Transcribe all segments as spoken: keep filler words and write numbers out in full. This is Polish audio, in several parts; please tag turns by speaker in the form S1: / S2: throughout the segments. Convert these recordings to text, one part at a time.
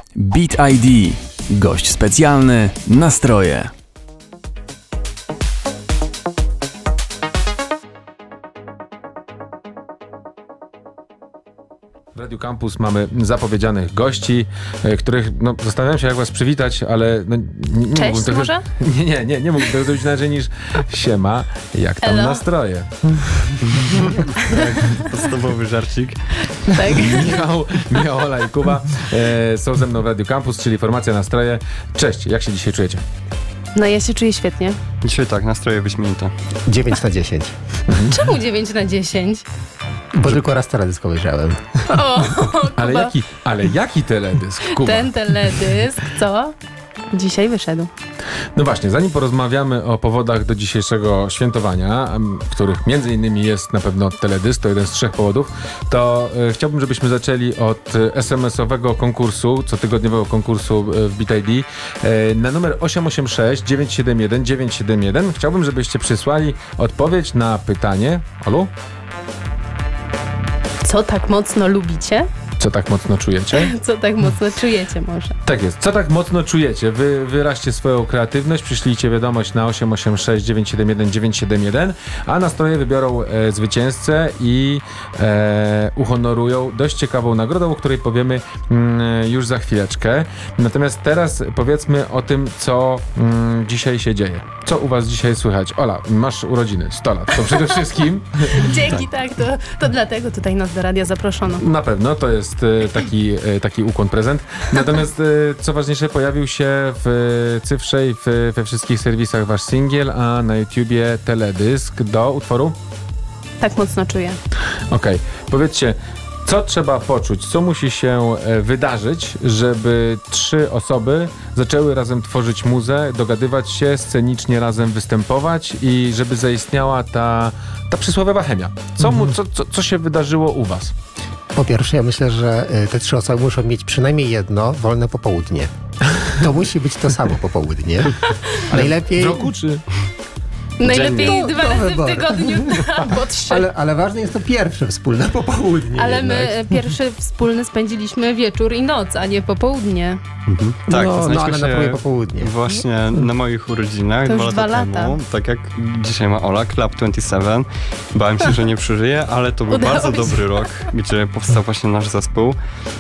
S1: Beat I D. Gość specjalny, nastroje.
S2: W Radiu Campus mamy zapowiedzianych gości, których, no, zastanawiam się, jak was przywitać, ale no, nie, nie
S3: Cześć
S2: mógłbym
S3: może?
S2: Tego, nie, nie, nie, nie mógłbym tego zrobić inaczej niż siema, jak tam
S3: Elo.
S2: nastroje.
S4: Podstawowy żarcik.
S3: Tak.
S2: Michał, Michał, Ola i Kuba e, są ze mną w Radiu Campus, czyli formacja Nastroje. Cześć, jak się dzisiaj czujecie?
S3: No ja się czuję świetnie.
S4: Dzisiaj tak, nastroje wyśmienite.
S5: dziewięć na dziesięć.
S3: Czemu dziewięć na dziesięć?
S5: Bo tylko raz teledysk obejrzałem.
S3: O,
S2: Ale
S3: Kuba.
S2: jaki, ale jaki teledysk, Kuba?
S3: Ten teledysk, co? Dzisiaj wyszedł.
S2: No właśnie, zanim porozmawiamy o powodach do dzisiejszego świętowania, em, których między innymi jest na pewno teledysk, to jeden z trzech powodów, to e, chciałbym, żebyśmy zaczęli od e, es em esowego konkursu, cotygodniowego konkursu e, w Beat I D e, na numer osiem osiem sześć dziewięć siedem jeden dziewięć siedem jeden. Chciałbym, żebyście przysłali odpowiedź na pytanie, Olu,
S3: Co tak mocno lubicie?
S2: co tak mocno czujecie?
S3: Co tak mocno czujecie może?
S2: Tak jest. Co tak mocno czujecie? Wy wyraźcie swoją kreatywność, przyślijcie wiadomość na osiem osiem sześć dziewięć siedem jeden dziewięć siedem jeden, a nastroje wybiorą e, zwycięzcę i e, uhonorują dość ciekawą nagrodą, o której powiemy mm, już za chwileczkę. Natomiast teraz powiedzmy o tym, co mm, dzisiaj się dzieje. Co u was dzisiaj słychać? Ola, masz urodziny, sto lat. To przede wszystkim
S3: Dzięki, tak, to, to dlatego tutaj nas do radia zaproszono.
S2: na pewno to jest e, taki, e, taki ukłon, prezent. Natomiast e, co ważniejsze, pojawił się w cyfrze i w, we wszystkich serwisach wasz singiel, a na YouTubie teledysk do utworu?
S3: Tak mocno czuję.
S2: Okej. Powiedzcie, co trzeba poczuć, co musi się e, wydarzyć, żeby trzy osoby zaczęły razem tworzyć muzę, dogadywać się, scenicznie razem występować i żeby zaistniała ta, ta przysłowiowa chemia. Co, mu, co, co, co się wydarzyło u was?
S5: Po pierwsze, ja myślę, że y, te trzy osoby muszą mieć przynajmniej jedno wolne popołudnie. To musi być to samo popołudnie. Najlepiej...
S2: W roku czy?
S3: Najlepiej
S5: Dziennie.
S3: dwa
S5: To- to
S3: razy w
S5: wybory.
S3: tygodniu albo trzy.
S5: Ale, ale ważne jest to pierwsze wspólne popołudnie.
S3: Ale
S5: jednak.
S3: my e, pierwszy wspólny spędziliśmy wieczór i noc, a nie popołudnie.
S4: Tak,
S5: no, no
S4: poznaliśmy
S5: ale na
S4: się
S5: prawie popołudnie.
S4: Właśnie na moich urodzinach
S3: To już
S4: dwa lata,
S3: dwa lata.
S4: temu. Tak jak dzisiaj ma Ola, Club dwadzieścia siedem. Bałem się, że nie przeżyję, ale to był
S3: Udało
S4: bardzo
S3: się.
S4: dobry rok, gdzie powstał właśnie nasz zespół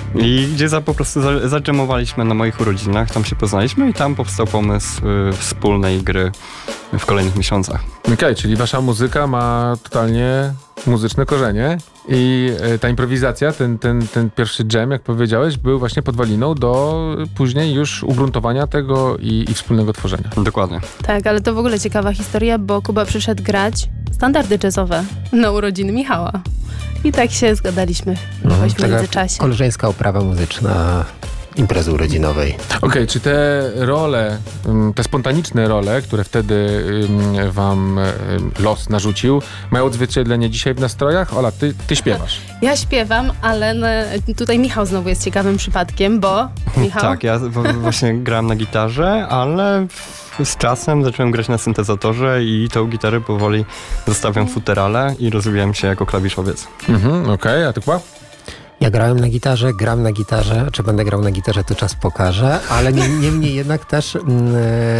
S4: i gdzie za, po prostu za, zadżemowaliśmy na moich urodzinach, tam się poznaliśmy i tam powstał pomysł y, wspólnej gry w kolejnych miesiącach.
S2: Okej, czyli wasza muzyka ma totalnie muzyczne korzenie i e, ta improwizacja, ten, ten, ten pierwszy jam, jak powiedziałeś, był właśnie podwaliną do później już ugruntowania tego i, i wspólnego tworzenia.
S4: Dokładnie.
S3: Tak, ale to w ogóle ciekawa historia, bo Kuba przyszedł grać standardy jazzowe na urodziny Michała. I tak się zgadaliśmy jakoś w
S5: Taka
S3: międzyczasie.
S5: koleżeńska oprawa muzyczna imprezy urodzinowej.
S2: Okej, czy te role, ym, te spontaniczne role, które wtedy ym, wam ym, los narzucił, mają odzwierciedlenie dzisiaj w nastrojach? Ola, ty, ty śpiewasz.
S3: Ja śpiewam, ale no, tutaj Michał znowu jest ciekawym przypadkiem, bo Michał...
S4: Tak, ja w- właśnie grałem na gitarze, ale z czasem zacząłem grać na syntezatorze i tą gitarę powoli zostawiam w futerale i rozwijałem się jako klawiszowiec.
S2: Mhm, okej, a ty Kuba?
S5: Ja grałem na gitarze, gram na gitarze, czy będę grał na gitarze, to czas pokaże, ale nie- niemniej jednak też, mm,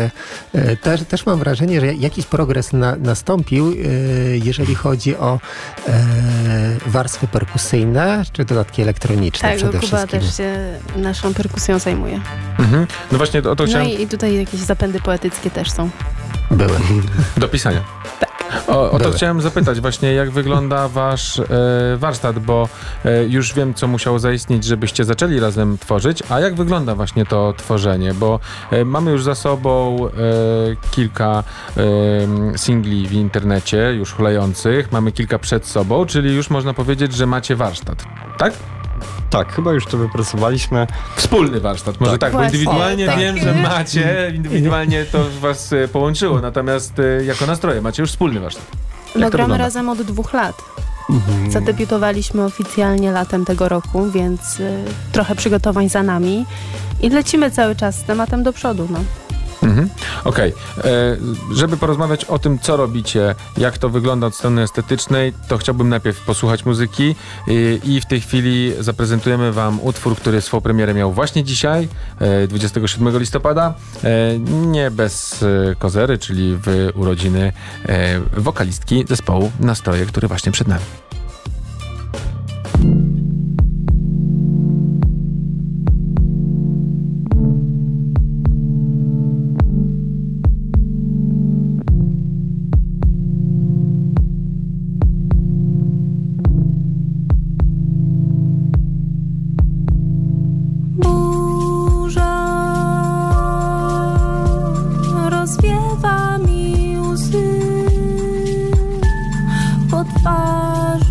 S5: e, też, też mam wrażenie, że jakiś progres na, nastąpił, e, jeżeli chodzi o e, warstwy perkusyjne, czy dodatki elektroniczne
S3: Tak, bo
S5: przede
S3: Kuba
S5: wszystkim.
S3: też się naszą perkusją zajmuje.
S2: Mhm. No właśnie o to
S3: No
S2: chciałem
S3: i, i tutaj jakieś zapędy poetyckie też są.
S5: Były.
S2: do pisania. O, o to
S5: Były.
S2: chciałem zapytać właśnie, jak wygląda wasz e, warsztat, bo e, już wiem, co musiało zaistnieć, żebyście zaczęli razem tworzyć, a jak wygląda właśnie to tworzenie, bo e, mamy już za sobą e, kilka e, singli w internecie, już hulających, mamy kilka przed sobą, czyli już można powiedzieć, że macie warsztat, tak?
S4: Tak, chyba już to wypracowaliśmy.
S2: Wspólny warsztat, może tak,
S4: Tak.
S2: bo
S3: Właśnie,
S2: indywidualnie
S3: tak.
S2: wiem, że macie, indywidualnie to was e, połączyło, natomiast e, jako nastroje macie już wspólny warsztat.
S3: No
S2: to
S3: gramy
S2: wygląda?
S3: razem od dwóch lat. Zadebiutowaliśmy oficjalnie latem tego roku, więc y, trochę przygotowań za nami i lecimy cały czas z tematem do przodu. No.
S2: Mhm. Okej. Okay. Żeby porozmawiać o tym, co robicie, jak to wygląda od strony estetycznej, to chciałbym najpierw posłuchać muzyki i, i w tej chwili zaprezentujemy wam utwór, który swoją premierę miał właśnie dzisiaj, dwudziestego siódmego listopada. Nie bez kozery, czyli w urodziny wokalistki zespołu Nastroje, który właśnie przed nami.
S6: Rozwiewa mi łzy po twarzy.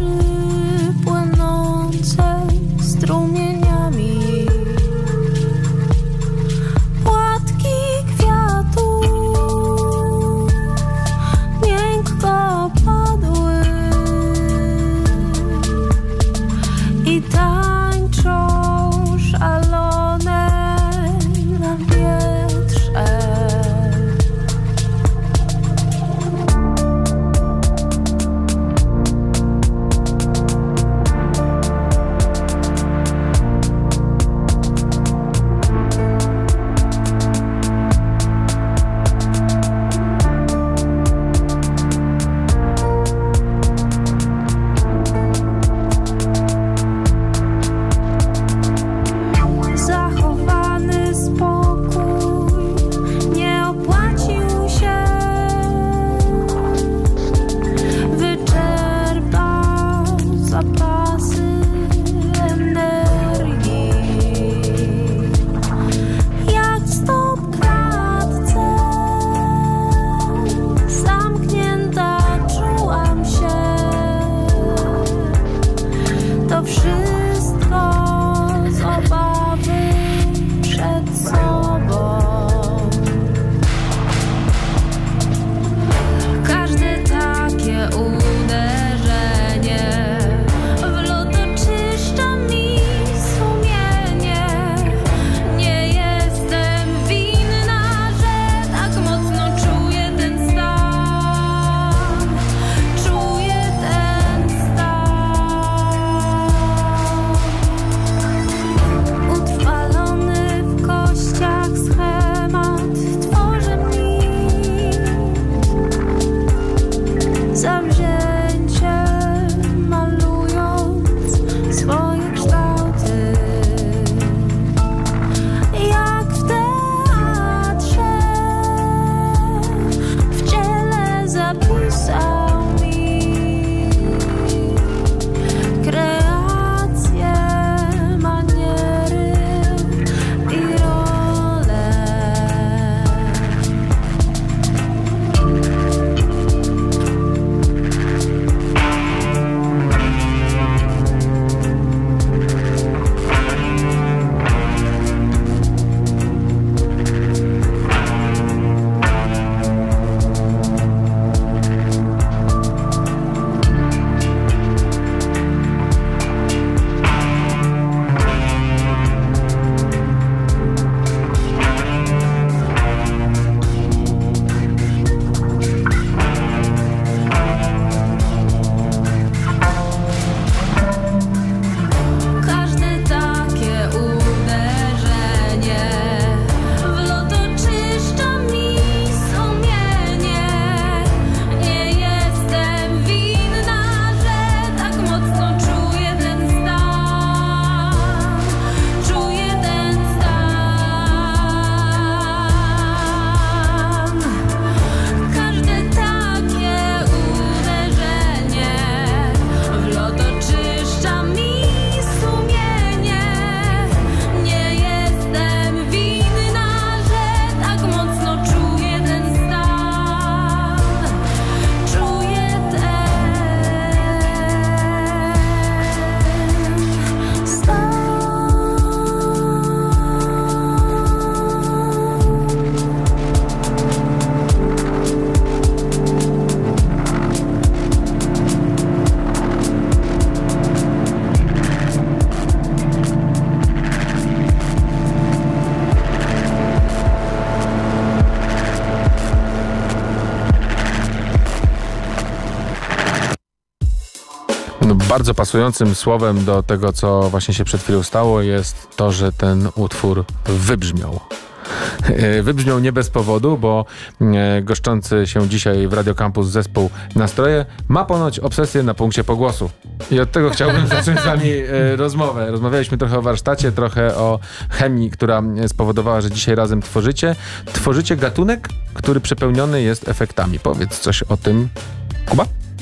S2: bardzo pasującym słowem do tego, co właśnie się przed chwilą stało, jest to, że ten utwór wybrzmiał. Wybrzmiał nie bez powodu, bo goszczący się dzisiaj w Radio Campus zespół Nastroje ma ponoć obsesję na punkcie pogłosu. I od tego chciałbym zacząć z wami rozmowę. Rozmawialiśmy trochę o warsztacie, trochę o chemii, która spowodowała, że dzisiaj razem tworzycie. Tworzycie gatunek, który przepełniony jest efektami. Powiedz coś o tym, Kuba?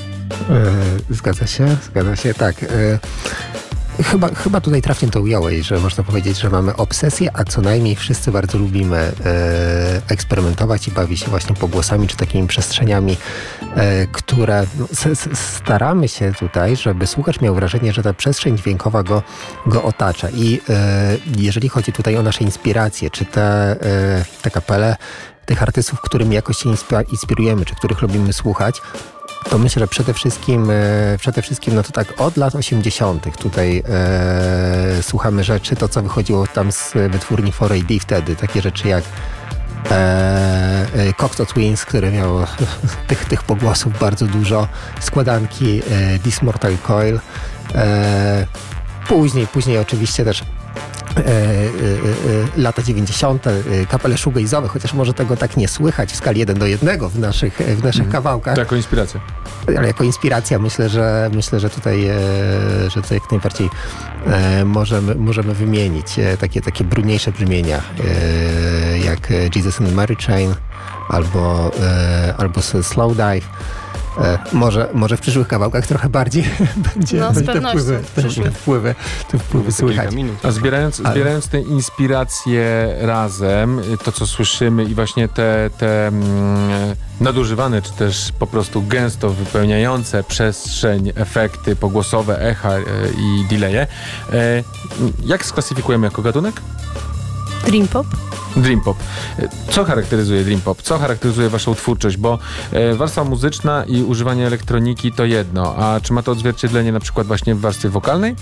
S5: Yy, zgadza się, zgadza się, tak. Yy. Chyba, chyba tutaj trafnie to ująłeś, że można powiedzieć, że mamy obsesję, a co najmniej wszyscy bardzo lubimy e, eksperymentować i bawić się właśnie pogłosami czy takimi przestrzeniami, e, które no, s, s, staramy się tutaj, żeby słuchacz miał wrażenie, że ta przestrzeń dźwiękowa go, go otacza. I e, jeżeli chodzi tutaj o nasze inspiracje, czy te, e, te kapele tych artystów, którymi jakoś się inspirujemy, czy których lubimy słuchać, to myślę, że przede wszystkim, e, przede wszystkim no to tak od lat osiemdziesiątych tutaj e, słuchamy rzeczy, to co wychodziło tam z wytwórni cztery A D wtedy, takie rzeczy jak e, e, Cocteau Twins, które miało tych, tych pogłosów bardzo dużo, składanki e, This Mortal Coil, e, później, później oczywiście też E, e, e, lata dziewięćdziesiąte, e, kapele shoegaze'owe, chociaż może tego tak nie słychać w skali jeden do jednego w naszych, w naszych mm. kawałkach.
S2: To jako inspiracja.
S5: Ale jako inspiracja myślę, że myślę, że tutaj, e, że tutaj jak najbardziej e, możemy, możemy wymienić e, takie, takie brudniejsze brzmienia, e, jak Jesus and Mary Chain albo, e, albo Slow Dive. E, może, może w przyszłych kawałkach trochę bardziej będzie,
S3: no,
S5: będzie te wpływy, te, te wpływy, te wpływy słychać.
S2: A zbierając, Ale... zbierając te inspiracje razem, to co słyszymy i właśnie te, te mm, nadużywane, czy też po prostu gęsto wypełniające przestrzeń, efekty pogłosowe, echa e, i delaye, e, jak sklasyfikujemy jako gatunek?
S3: Dream pop?
S2: Dream pop. Co charakteryzuje Dream pop? Co charakteryzuje waszą twórczość? Bo e, warstwa muzyczna i używanie elektroniki to jedno, a czy ma to odzwierciedlenie na przykład właśnie w warstwie wokalnej?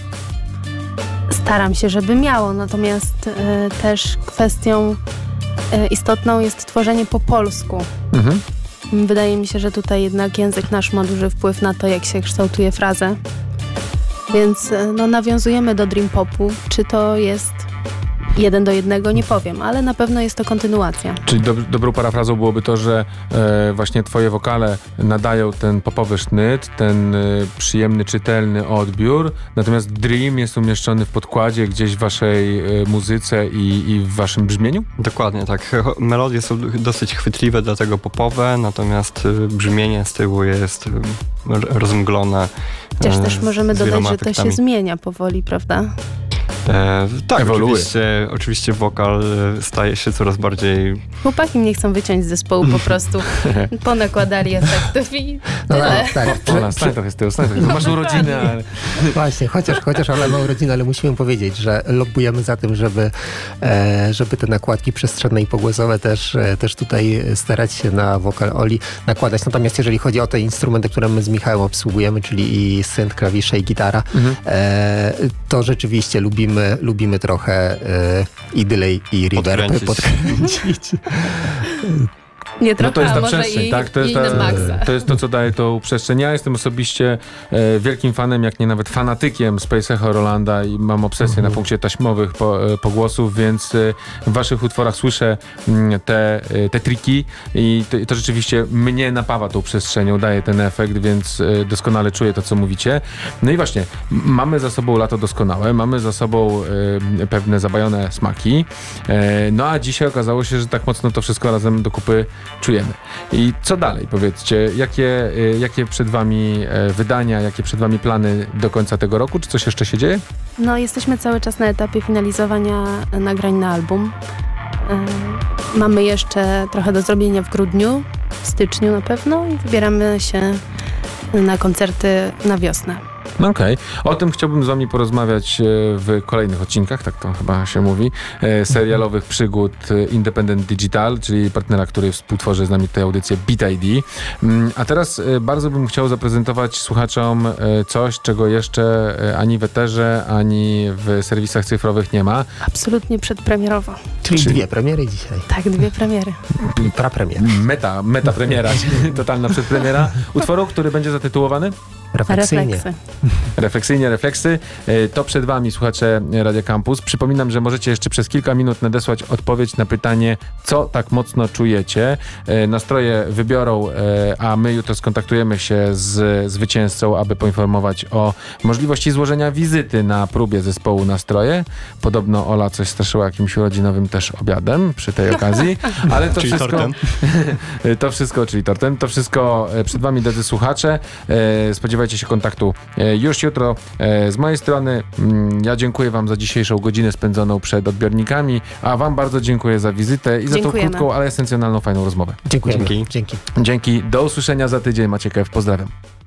S3: Staram się, żeby miało, natomiast e, też kwestią e, istotną jest tworzenie po polsku. Mhm. Wydaje mi się, że tutaj jednak język nasz ma duży wpływ na to, jak się kształtuje frazę. Więc e, no, nawiązujemy do Dream popu. Czy to jest jeden do jednego, nie powiem, ale na pewno jest to kontynuacja.
S2: Czyli do, dobrą parafrazą byłoby to, że e, właśnie twoje wokale nadają ten popowy sznyt, ten e, przyjemny, czytelny odbiór, natomiast Dream jest umieszczony w podkładzie gdzieś w waszej e, muzyce i, i w waszym brzmieniu?
S4: Dokładnie tak. Melodie są dosyć chwytliwe, dlatego popowe, natomiast e, brzmienie z tyłu jest e, rozmglone.
S3: Chociaż też możemy dodać, że to się zmienia powoli, prawda?
S4: E, tak, oczywiście, oczywiście wokal staje się coraz bardziej...
S3: Chłopaki mnie chcą wyciąć z zespołu po prostu. Ponakładali efektów i
S5: no
S3: tyle.
S5: tak, tak.
S2: Przy, stań trochę z tyłu, stań trochę. Masz urodziny, ale...
S5: Właśnie, chociaż, chociaż ona ma urodziny, ale musimy powiedzieć, że lobbujemy za tym, żeby, e, żeby te nakładki przestrzenne i pogłosowe też, e, też tutaj starać się na wokal Oli nakładać. Natomiast jeżeli chodzi o te instrumenty, które my z Michałem obsługujemy, czyli i synt, klawisze i gitara, mhm. e, to rzeczywiście lubimy Lubimy, lubimy trochę e, i delay, i reverb podkręcić.
S3: Nie trochę,
S2: no to jest ta
S3: może
S2: przestrzeń,
S3: i,
S2: tak? To jest,
S3: i
S2: ta,
S3: na maksa.
S2: To jest to, co daje tą przestrzeń. Ja jestem osobiście e, wielkim fanem, jak nie nawet fanatykiem Space Echo Rolanda i mam obsesję mm. na punkcie taśmowych po, e, pogłosów, więc e, w waszych utworach słyszę m, te, e, te triki i to, to rzeczywiście mnie napawa tą przestrzenią, daje ten efekt, więc e, doskonale czuję to, co mówicie. No i właśnie, mamy za sobą lato doskonałe, mamy za sobą e, pewne zabajone smaki, e, no a dzisiaj okazało się, że tak mocno to wszystko razem do kupy czujemy. I co dalej, powiedzcie? Jakie, jakie przed wami wydania, jakie przed wami plany do końca tego roku? Czy coś jeszcze się dzieje?
S3: No, jesteśmy cały czas na etapie finalizowania nagrań na album. Yy, mamy jeszcze trochę do zrobienia w grudniu, w styczniu na pewno i wybieramy się na koncerty na wiosnę.
S2: Okej. Okay. O tym chciałbym z wami porozmawiać w kolejnych odcinkach, tak to chyba się mówi, serialowych przygód Independent Digital, czyli partnera, który współtworzy z nami tę audycję Beat I D. A teraz bardzo bym chciał zaprezentować słuchaczom coś, czego jeszcze ani w eterze, ani w serwisach cyfrowych nie ma.
S3: Absolutnie przedpremierowo.
S5: Czyli, czyli dwie premiery dzisiaj.
S3: Tak, dwie premiery.
S5: Prapremiera.
S2: Meta, meta premiera, totalna przedpremiera. Utworu, który będzie zatytułowany?
S5: Refleksyjnie.
S3: Refleksy.
S2: Refleksyjnie, refleksy. E, To przed wami, słuchacze Radio Campus. Przypominam, że możecie jeszcze przez kilka minut nadesłać odpowiedź na pytanie, co tak mocno czujecie. E, Nastroje wybiorą, e, a my jutro skontaktujemy się z zwycięzcą, aby poinformować o możliwości złożenia wizyty na próbie zespołu Nastroje. Podobno Ola coś straszyła jakimś urodzinowym też obiadem przy tej okazji, ale to
S4: Czyli
S2: wszystko...
S4: tortem.
S2: To wszystko, czyli tortem, to wszystko e, przed wami, drodzy słuchacze. E, Spodziewajcie się kontaktu e, już jutro e, z mojej strony. Mm, Ja dziękuję wam za dzisiejszą godzinę spędzoną przed odbiornikami, a wam bardzo dziękuję za wizytę i za tą
S3: Dziękujemy.
S2: krótką, ale esencjonalną, fajną rozmowę.
S5: Dziękujemy.
S4: Dzięki.
S5: Dzięki.
S2: Dzięki, do usłyszenia za tydzień. Maciek F., pozdrawiam.